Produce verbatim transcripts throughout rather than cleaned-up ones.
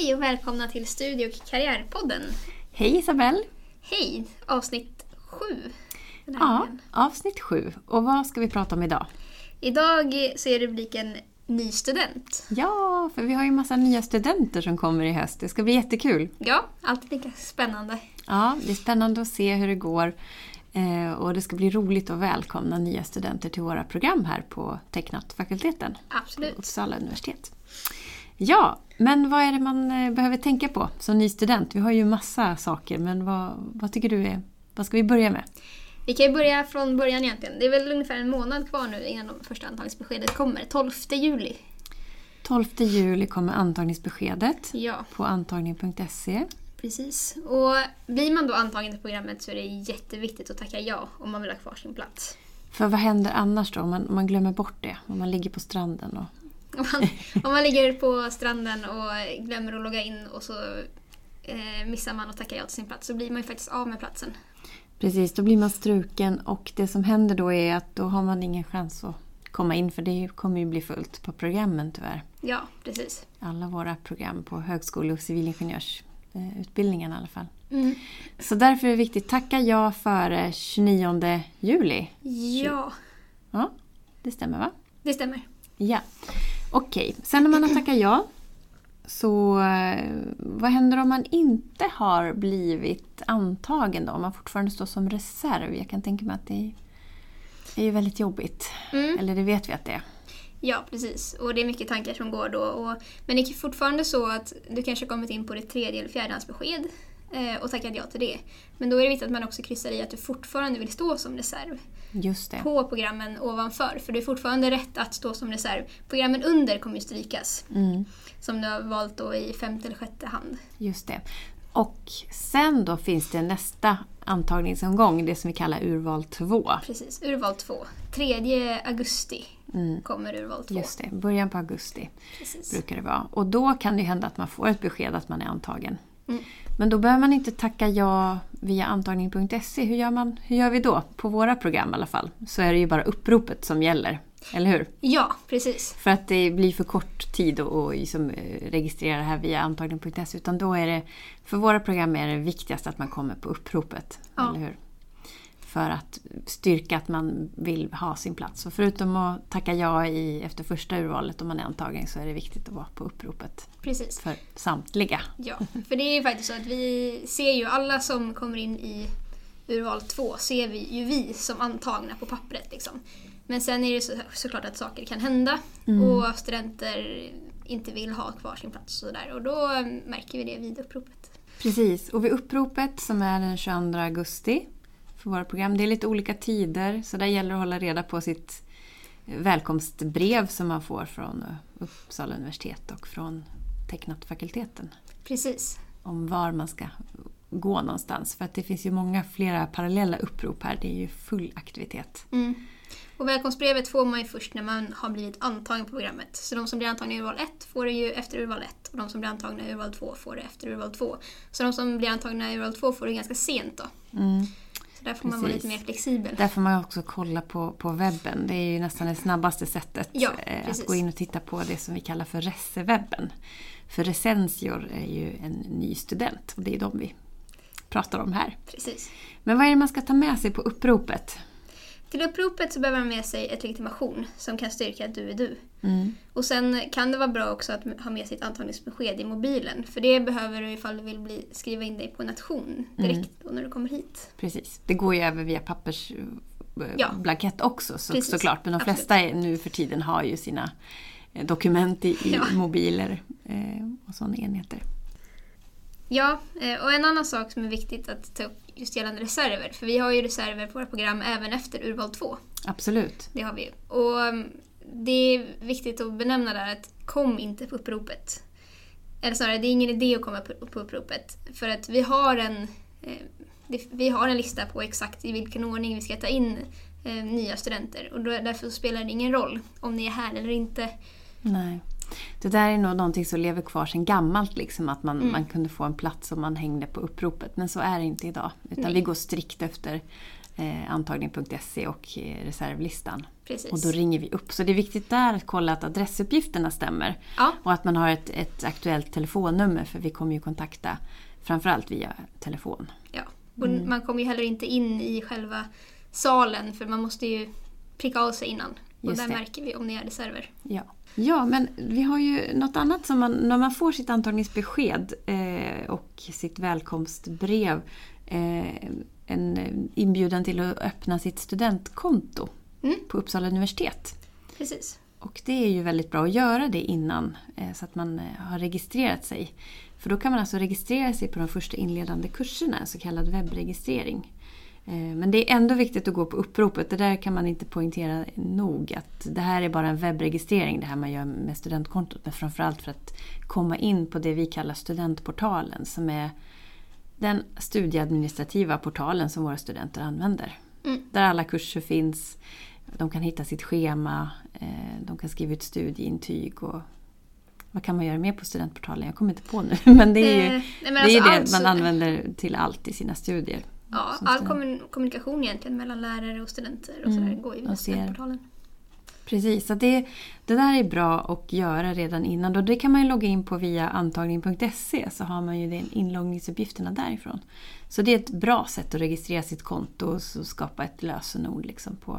Hej och välkomna till Studie- och karriärpodden. Hej Isabelle. Hej, avsnitt sju. Ja, avsnitt sju. Och vad ska vi prata om idag? Idag så är rubriken Ny student. Ja, för vi har ju massa nya studenter som kommer i höst. Det ska bli jättekul. Ja, alltid lika spännande. Ja, det är spännande att se hur det går. Eh, och det ska bli roligt att välkomna nya studenter till våra program här på Tecknat-fakulteten. Absolut. På Uppsala universitet. Ja, men vad är det man behöver tänka på som ny student? Vi har ju massa saker, men vad, vad tycker du är... Vad ska vi börja med? Vi kan ju börja från början egentligen. Det är väl ungefär en månad kvar nu innan de första antagningsbeskedet kommer. tolfte juli. tolfte juli kommer antagningsbeskedet ja. på antagning punkt se. Precis. Och blir man då antagen till programmet så är det jätteviktigt att tacka ja om man vill ha kvar sin plats. För vad händer annars då om man, om man glömmer bort det? Om man ligger på stranden och... Om man, om man ligger på stranden och glömmer att logga in och så eh, missar man att tacka ja till sin plats så blir man ju faktiskt av med platsen. Precis, då blir man struken och det som händer då är att då har man ingen chans att komma in för det kommer ju bli fullt på programmen tyvärr. Ja, precis. Alla våra program på högskole- och civilingenjörsutbildningen i alla fall. Mm. Så därför är det viktigt, tacka ja före tjugonionde juli. Ja. Ja, det stämmer va? Det stämmer. Ja, okej. Okay. Sen när man har tackat ja, så vad händer om man inte har blivit antagen då? Om man fortfarande står som reserv? Jag kan tänka mig att det är ju väldigt jobbigt. Mm. Eller det vet vi att det är. Ja, precis. Och det är mycket tankar som går då. Och, men det är fortfarande så att du kanske kommit in på det tredje eller fjärdehandsbesked eh, och tackat ja till det. Men då är det viktigt att man också kryssar i att du fortfarande vill stå som reserv. Just det. På programmen ovanför. För det är fortfarande rätt att stå som reserv. Programmen under kommer ju strykas. Mm. Som du har valt då i femte eller sjätte hand. Just det. Och sen då finns det nästa antagningsomgång. Det som vi kallar urval två. Precis, urval två. tredje augusti mm. kommer urval två. Just det, början på augusti. Precis. Brukar det vara. Och då kan det hända att man får ett besked att man är antagen. Mm. Men då behöver man inte tacka ja via antagning punkt se. Hur gör, man, hur gör vi då? På våra program i alla fall. Så är det ju bara uppropet som gäller. Eller hur? Ja, precis. För att det blir för kort tid att liksom registrera det här via antagning punkt se. Utan då är det, för våra program är det viktigast att man kommer på uppropet. Ja. Eller hur? För att styrka att man vill ha sin plats. Och förutom att tacka ja i, efter första urvalet om man är antagen så är det viktigt att vara på uppropet. Precis. För samtliga. Ja, för det är ju faktiskt så att vi ser ju alla som kommer in i urval två ser vi ju vi som antagna på pappret liksom. Men sen är det så, såklart att saker kan hända mm. och studenter inte vill ha kvar sin plats och där och då märker vi det vid uppropet. Precis, och vid uppropet som är den tjugoandra augusti för våra program, det är lite olika tider så där gäller det att hålla reda på sitt välkomstbrev som man får från Uppsala universitet och från Tecknat-fakulteten. Precis. Om var man ska gå någonstans för att det finns ju många flera parallella upprop här, det är ju full aktivitet. Mm. Och välkomstbrevet får man ju först när man har blivit antagen på programmet. Så de som blir antagna i urval ett får det ju efter urval ett. Och de som blir antagna i urval två får det efter urval två. Så de som blir antagna i urval två får det ganska sent då. Mm. Så där får Precis. Man vara lite mer flexibel. Där får man också kolla på, på webben. Det är ju nästan det snabbaste sättet ja, eh, att gå in och titta på det som vi kallar för resewebben. För recensior är ju en ny student och det är de vi pratar om här. Precis. Men vad är det man ska ta med sig på uppropet? Till uppropet så behöver man med sig ett legitimation som kan styrka att du är du. Mm. Och sen kan det vara bra också att ha med sig ett antagningsbesked i mobilen. För det behöver du ifall du vill bli, skriva in dig på en nation direkt mm. då när du kommer hit. Precis. Det går ju över via pappersblankett ja. också så, såklart. Men de Absolut. flesta nu för tiden har ju sina dokument i, i ja. mobiler eh, och sådana enheter. Ja, och en annan sak som är viktigt att ta upp just gällande reserver. För vi har ju reserver på våra program även efter urval två. Absolut. Det har vi. Och det är viktigt att benämna där att kom inte på uppropet. Eller snarare, det är ingen idé att komma på uppropet. För att vi har en, vi har en lista på exakt i vilken ordning vi ska ta in nya studenter. Och därför spelar det ingen roll om ni är här eller inte. Nej. Det där är nog någonting som lever kvar sedan gammalt liksom, att man, mm. man kunde få en plats om man hängde på uppropet. Men så är det inte idag. Utan Nej. vi går strikt efter eh, antagning punkt se och eh, reservlistan. Precis. Och då ringer vi upp. Så det är viktigt där att kolla att adressuppgifterna stämmer. Ja. Och att man har ett, ett aktuellt telefonnummer, för vi kommer ju kontakta framförallt via telefon. Ja, och mm. man kommer ju heller inte in i själva salen, för man måste ju pricka av sig innan. Och Just där det. märker vi om ni är reserver. Ja. Ja, men vi har ju något annat som man, när man får sitt antagningsbesked eh, och sitt välkomstbrev, eh, en inbjudan till att öppna sitt studentkonto Mm. på Uppsala universitet. Precis. Och det är ju väldigt bra att göra det innan, eh, så att man eh, har registrerat sig. För då kan man alltså registrera sig på de första inledande kurserna, så kallad webbregistrering. Men det är ändå viktigt att gå på uppropet. Det där kan man inte poängtera nog. Att det här är bara en webbregistrering, det här man gör med studentkontot. Men framförallt för att komma in på det vi kallar studentportalen. Som är den studieadministrativa portalen som våra studenter använder. Mm. Där alla kurser finns. De kan hitta sitt schema. De kan skriva ut studieintyg. Och vad kan man göra mer på studentportalen? Jag kommer inte på nu. Men det är ju Nej, men det, alltså är det alltså, man använder till allt i sina studier. Ja, all kommun- kommunikation egentligen mellan lärare och studenter och Mm, sådär går ju via studentportalen. Precis, så det, det där är bra att göra redan innan. Då det kan man ju logga in på via antagning punkt se, så har man ju den inloggningsuppgifterna därifrån. Så det är ett bra sätt att registrera sitt konto och så skapa ett lösenord liksom på,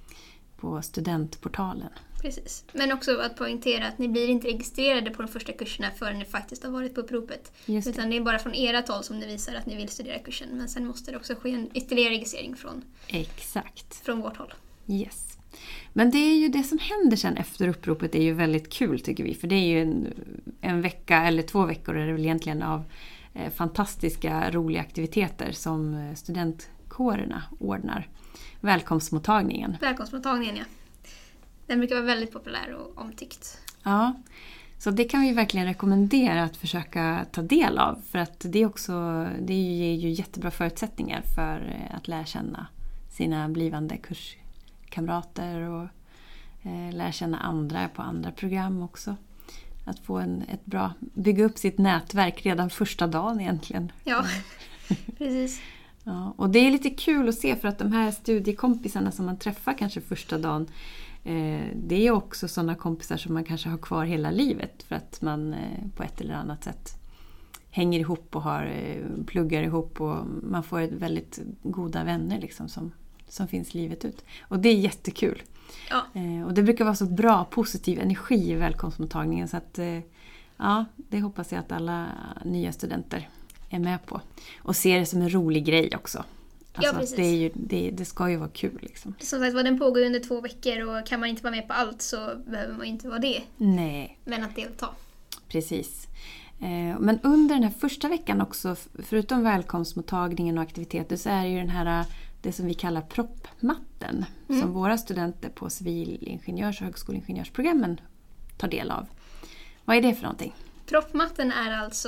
på studentportalen. Precis. Men också att poängtera att ni blir inte registrerade på de första kurserna förrän ni faktiskt har varit på uppropet. Just det. Utan det är bara från era håll som ni visar att ni vill studera kursen. Men sen måste det också ske en ytterligare registrering från, Exakt. från vårt håll. Yes. Men det är ju det som händer sen efter uppropet är ju väldigt kul tycker vi. För det är ju en, en vecka eller två veckor är det väl egentligen av eh, fantastiska roliga aktiviteter som studentkårerna ordnar. Välkomstmottagningen. Välkomstmottagningen, ja. Den brukar vara väldigt populär och omtyckt. Ja, så det kan vi verkligen rekommendera att försöka ta del av. För att det, är också, det ger ju jättebra förutsättningar för att lära känna sina blivande kurskamrater och eh, lära känna andra på andra program också. Att få en, ett bra, bygga upp sitt nätverk redan första dagen egentligen. Ja, precis. Ja, och det är lite kul att se för att de här studiekompisarna som man träffar kanske första dagen, eh, det är också sådana kompisar som man kanske har kvar hela livet för att man eh, på ett eller annat sätt hänger ihop och har, eh, pluggar ihop och man får ett väldigt goda vänner liksom som, som finns livet ut. Och det är jättekul. Ja. Eh, och det brukar vara så bra, positiv energi i välkomstmottagningen så att eh, ja, det hoppas jag att alla nya studenter är med på. Och ser det som en rolig grej också. Alltså, ja, precis. Det, är ju, det, det ska ju vara kul. Liksom. Som sagt, den pågår under två veckor och kan man inte vara med på allt så behöver man inte vara det. Nej. Men att delta. Precis. Eh, men under den här första veckan också, förutom välkomstmottagningen och aktiviteter, så är det ju den här, det som vi kallar proppmatten. Mm. Som våra studenter på civilingenjörs- och högskoleingenjörsprogrammen tar del av. Vad är det för någonting? Proppmatten är alltså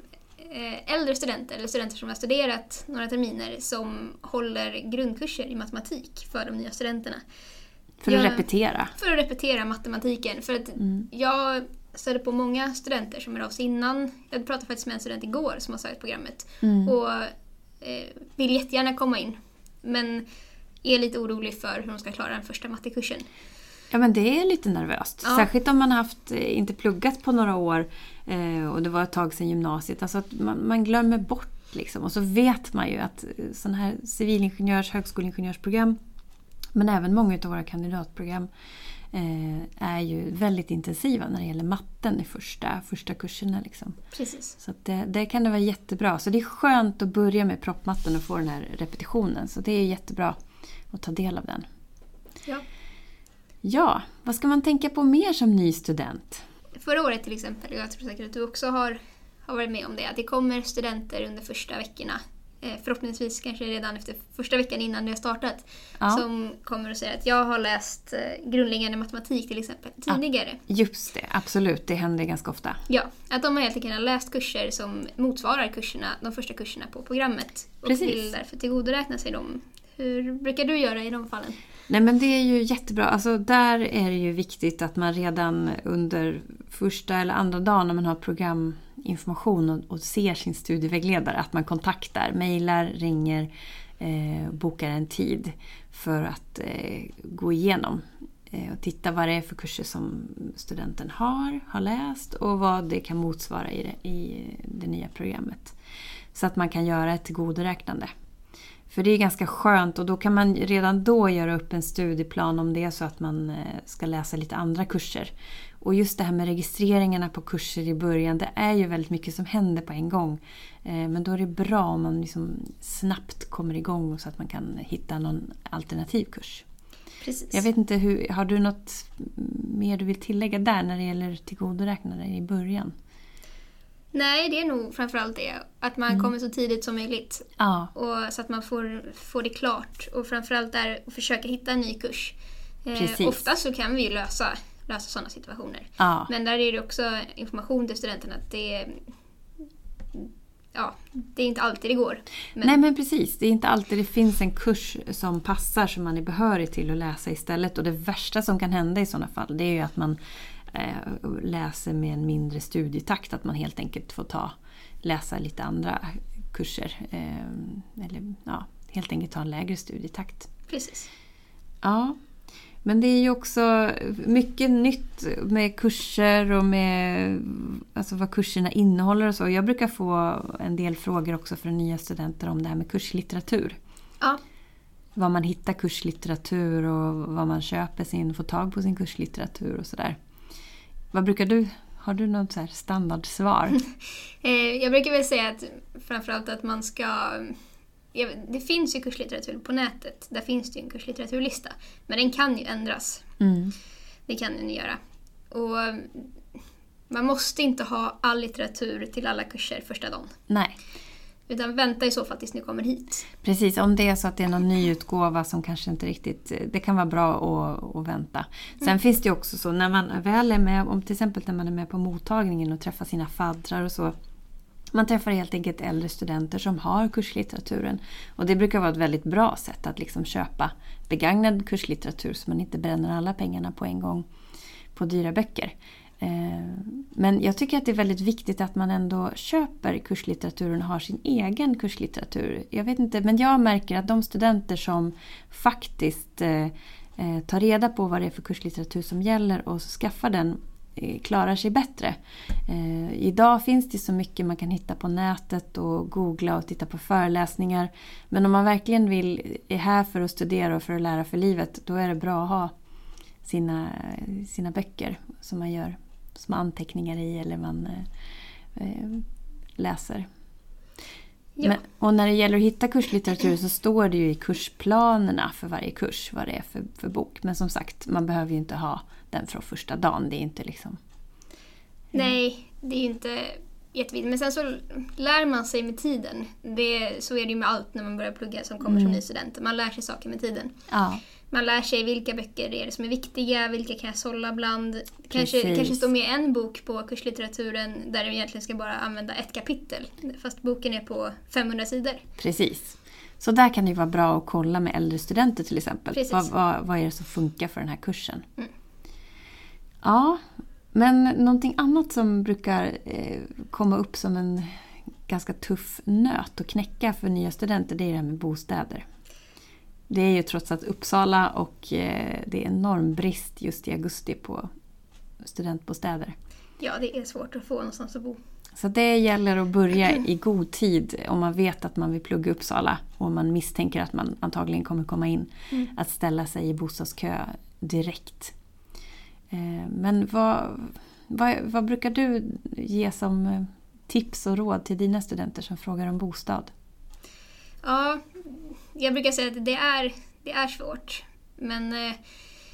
äldre studenter eller studenter som har studerat några terminer som håller grundkurser i matematik för de nya studenterna. För att jag, repetera? För att repetera matematiken. För att mm. jag stödde på många studenter som är av sig innan. Jag pratade faktiskt med en student igår som har sökt programmet. Mm. Och eh, vill jättegärna komma in. Men är lite orolig för hur de ska klara den första mattekursen. Ja, men det är lite nervöst. Ja. Särskilt om man har haft, inte pluggat på några år eh, och det var ett tag sedan gymnasiet. Alltså att man, man glömmer bort liksom. Och så vet man ju att sådana här civilingenjörs-, högskoleingenjörsprogram, men även många av våra kandidatprogram eh, är ju väldigt intensiva när det gäller matten i första, första kurserna. Liksom. Precis. Så att det, det kan det vara jättebra. Så det är skönt att börja med proppmatten och få den här repetitionen. Så det är jättebra att ta del av den. Ja. Ja, vad ska man tänka på mer som ny student? Förra året till exempel, och jag tror säkert att du också har, har varit med om det, att det kommer studenter under första veckorna, eh, förhoppningsvis kanske redan efter första veckan innan det har startat, ja. Som kommer att säga att jag har läst eh, grundläggande matematik till exempel tidigare. Ja, just det, absolut, det händer ganska ofta. Ja, att de har helt enkelt läst kurser som motsvarar kurserna, de första kurserna på programmet och Precis. Vill därför tillgodoräkna sig dem. Hur brukar du göra i de fallen? Nej, men det är ju jättebra. Alltså där är det ju viktigt att man redan under första eller andra dagen när man har programinformation och, och ser sin studievägledare, att man kontaktar, mejlar, ringer eh, bokar en tid för att eh, gå igenom eh, och titta vad det är för kurser som studenten har, har läst och vad det kan motsvara i det, i det nya programmet. Så att man kan göra ett tillgodoräknande. För det är ganska skönt och då kan man redan då göra upp en studieplan om det så att man ska läsa lite andra kurser. Och just det här med registreringarna på kurser i början, det är ju väldigt mycket som händer på en gång. Men då är det bra om man liksom snabbt kommer igång så att man kan hitta någon alternativ kurs. Precis. Jag vet inte, hur, har du något mer du vill tillägga där när det gäller tillgodoräknande i början? Nej, det är nog framförallt det. Att man mm. kommer så tidigt som möjligt. Ja. Och så att man får, får det klart. Och framförallt där att försöka hitta en ny kurs. Eh, ofta så kan vi ju lösa, lösa sådana situationer. Ja. Men där är det också information till studenterna att det, ja, det är inte alltid det går. Men... Nej men precis, det är inte alltid det finns en kurs som passar som man är behörig till att läsa istället. Och det värsta som kan hända i sådana fall, det är ju att man läser med en mindre studietakt, att man helt enkelt får ta läsa lite andra kurser eh, eller ja, helt enkelt ta en lägre studietakt. Precis. Ja, men det är ju också mycket nytt med kurser och med alltså vad kurserna innehåller och så. Jag brukar få en del frågor också från nya studenter om det här med kurslitteratur. Ja. Vad man hittar kurslitteratur och vad man köper sin, får tag på sin kurslitteratur och sådär. Vad brukar du, har du något så här standardsvar? Jag brukar väl säga att framförallt att man ska, det finns ju kurslitteratur på nätet, där finns det ju en kurslitteraturlista, men den kan ju ändras. Mm. Det kan den göra. Och man måste inte ha all litteratur till alla kurser första dagen. Nej. Utan vänta i så fall tills ni kommer hit. Precis, om det är så att det är någon ny utgåva som kanske inte riktigt, det kan vara bra att, att vänta. Sen mm. finns det också så, när man väl är med, om till exempel när man är med på mottagningen och träffar sina faddrar och så. Man träffar helt enkelt äldre studenter som har kurslitteraturen. Och det brukar vara ett väldigt bra sätt att liksom köpa begagnad kurslitteratur så man inte bränner alla pengarna på en gång på dyra böcker. Men jag tycker att det är väldigt viktigt att man ändå köper kurslitteraturen och har sin egen kurslitteratur. Jag vet inte, men jag märker att de studenter som faktiskt eh, tar reda på vad det är för kurslitteratur som gäller och skaffar den eh, klarar sig bättre. Eh, idag finns det så mycket man kan hitta på nätet och googla och titta på föreläsningar. Men om man verkligen vill, är här för att studera och för att lära för livet, då är det bra att ha sina, sina böcker som man gör små anteckningar i eller man eh, läser. Ja. Men, och när det gäller att hitta kurslitteratur så står det ju i kursplanerna för varje kurs vad det är för, för bok. Men som sagt, man behöver ju inte ha den från första dagen. Det är inte liksom... Nej, det är ju inte jättevidigt. Men sen så lär man sig med tiden. Det, så är det ju med allt när man börjar plugga som kommer mm. som ny student. Man lär sig saker med tiden. Ja. Man lär sig vilka böcker det är som är viktiga, vilka kan jag sålla bland. Kanske, kanske står med en bok på kurslitteraturen där du egentligen ska bara använda ett kapitel. Fast boken är på femhundra sidor. Precis. Så där kan det vara bra att kolla med äldre studenter till exempel. Vad, vad, vad är det som funkar för den här kursen? Mm. Ja, men någonting annat som brukar eh, komma upp som en ganska tuff nöt att knäcka för nya studenter, det är det här med bostäder. Det är ju trots att Uppsala och eh, det är enorm brist just i augusti på studentbostäder. Ja, det är svårt att få någonstans att bo. Så det gäller att börja i god tid om man vet att man vill plugga i Uppsala och man misstänker att man antagligen kommer komma in. Mm. Att ställa sig i bostadskö direkt. Eh, men vad, vad, vad brukar du ge som tips och råd till dina studenter som frågar om bostad? Ja, jag brukar säga att det är, det är svårt. Men eh,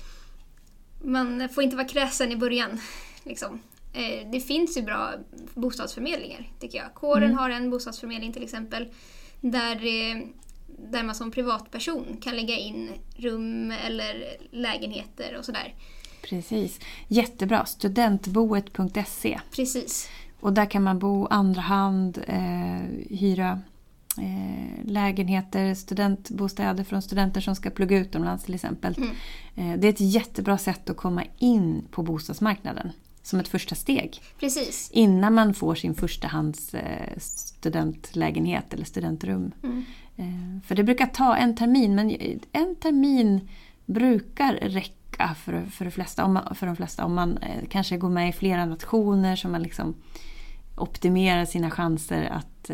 man får inte vara kräsen i början. Liksom. Eh, det finns ju bra bostadsförmedlingar, tycker jag. Kåren mm. har en bostadsförmedling till exempel. Där, eh, där man som privatperson kan lägga in rum eller lägenheter och sådär. Precis. Jättebra. studentboet punkt se. Precis. Och där kan man bo andra hand, eh, hyra eh, lägenheter, studentbostäder från studenter som ska plugga utomlands till exempel. Mm. Eh, det är ett jättebra sätt att komma in på bostadsmarknaden. som ett första steg. Precis. Innan man får sin förstahands studentlägenhet eller studentrum. Mm. För det brukar ta en termin, men en termin brukar räcka för, för, de flesta, om man, för de flesta. Om man kanske går med i flera nationer så man liksom optimerar sina chanser att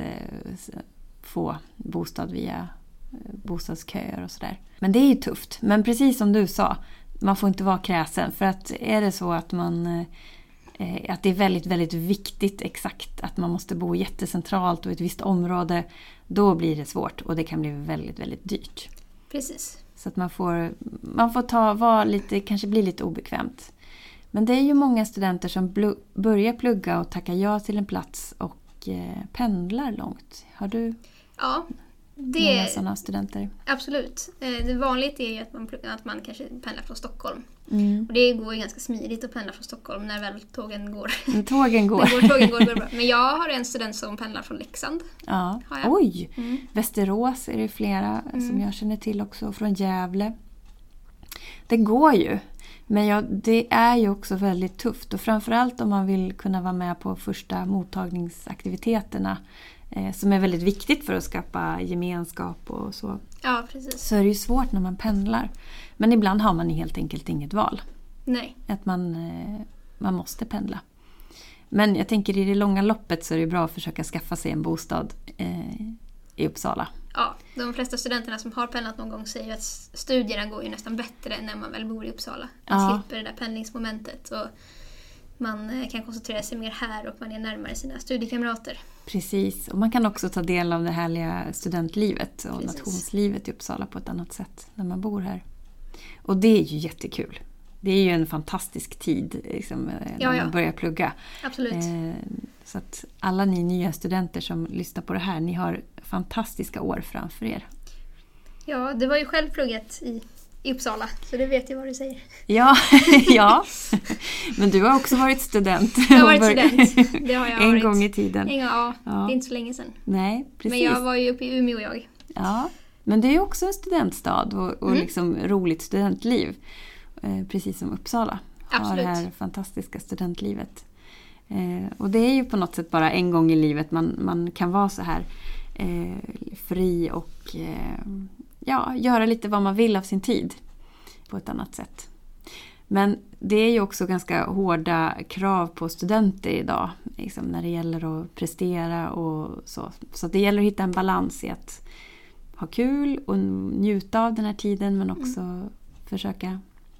få bostad via bostadsköer och sådär. Men det är ju tufft. Men precis som du sa, man får inte vara kräsen. För att är det så att man att det är väldigt, väldigt viktigt exakt att man måste bo jättecentralt och i ett visst område, då blir det svårt och det kan bli väldigt, väldigt dyrt. Precis. Så att man får, man får ta, vara lite, kanske bli lite obekvämt. Men det är ju många studenter som bl- börjar plugga och tackar ja till en plats och eh, pendlar långt. Har du ja, det, många sådana studenter? Absolut. Det vanligt är ju att man, att man kanske pendlar från Stockholm. Mm. Och det går ju ganska smidigt att pendla från Stockholm när väl tågen går. Men tågen går. går, tågen går, går bra. Men jag har en student som pendlar från Leksand. Ja. Har jag. Oj! Mm. Västerås är det flera Mm. som jag känner till också. Från Gävle. Det går ju. Men ja, det är ju också väldigt tufft. Och framförallt om man vill kunna vara med på första mottagningsaktiviteterna. Eh, som är väldigt viktigt för att skapa gemenskap och så. Ja, precis. Så är det ju svårt när man pendlar. Men ibland har man helt enkelt inget val. Nej. Att man, eh, man måste pendla. Men jag tänker i det långa loppet så är det bra att försöka skaffa sig en bostad eh, i Uppsala. Ja, de flesta studenterna som har pendlat någon gång säger att studierna går ju nästan bättre när man väl bor i Uppsala. Man Ja. slipper det där pendlingsmomentet och man kan koncentrera sig mer här och man är närmare sina studiekamrater. Precis, och man kan också ta del av det härliga studentlivet och Precis. nationslivet i Uppsala på ett annat sätt när man bor här. Och det är ju jättekul. Det är ju en fantastisk tid liksom, när Ja, ja. man börjar plugga. Absolut. Eh, så att alla ni nya studenter som lyssnar på det här, ni har fantastiska år framför er. Ja, det var ju själv pluggat i, i Uppsala, så det vet jag vad du säger. Ja, ja. Men du har också varit student. Jag har varit student. Det har jag en varit. gång i tiden. En gång, ja, Ja. det är inte så länge sedan. Nej, precis. Men jag var ju uppe i Umeå jag. Ja, men det är ju också en studentstad och, och Mm. liksom roligt studentliv. Eh, precis som Uppsala har Absolut. det här fantastiska studentlivet. Eh, och det är ju på något sätt bara en gång i livet man, man kan vara så här eh, fri och eh, ja, göra lite vad man vill av sin tid på ett annat sätt. Men det är ju också ganska hårda krav på studenter idag liksom när det gäller att prestera och så. Så det gäller att hitta en balans i att ha kul och njuta av den här tiden men också mm. försöka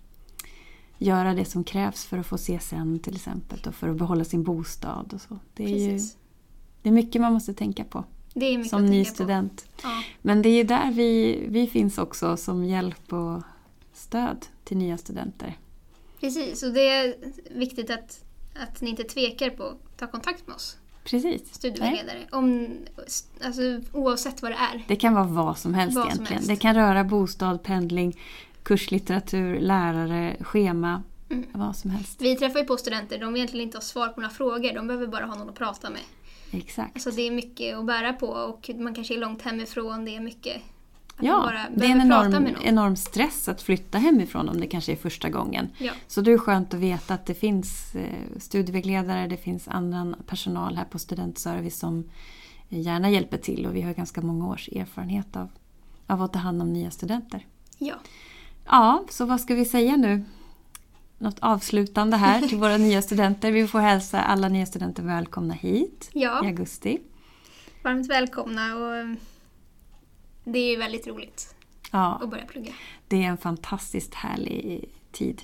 göra det som krävs för att få C S N till exempel och för att behålla sin bostad och så. Det är Precis. ju det är mycket man måste tänka på Det är mycket som att ny tänka student. på. Ja. Men det är där vi, vi finns också som hjälp och stöd till nya studenter. Precis, och det är viktigt att, att ni inte tvekar på att ta kontakt med oss. Precis. Studievägledare. Om, alltså, oavsett vad det är. Det kan vara vad som helst Vad som egentligen. helst. Det kan röra bostad, pendling, kurslitteratur, lärare, schema, Mm. vad som helst. Vi träffar ju på studenter, de vill egentligen inte ha svar på några frågor. De behöver bara ha någon att prata med. Exakt. Alltså det är mycket att bära på och man kanske är långt hemifrån. Det är mycket att man Ja, bara det är en behöver prata enorm, med någon. enorm stress att flytta hemifrån om det kanske är första gången. Ja. Så det är skönt att veta att det finns eh, studievägledare, det finns annan personal här på studentservice som gärna hjälper till. Och vi har ganska många års erfarenhet av, av att ta hand om nya studenter. Ja. Ja, så vad ska vi säga nu? Något avslutande här till våra nya studenter. Vi får hälsa alla nya studenter välkomna hit Ja. i augusti. Varmt välkomna och det är ju väldigt roligt Ja, att börja plugga. det är en fantastiskt härlig tid.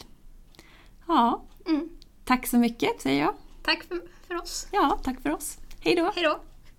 Ja, Mm. tack så mycket säger jag. Tack för, för oss. Ja, tack för oss. Hej då! Hej då!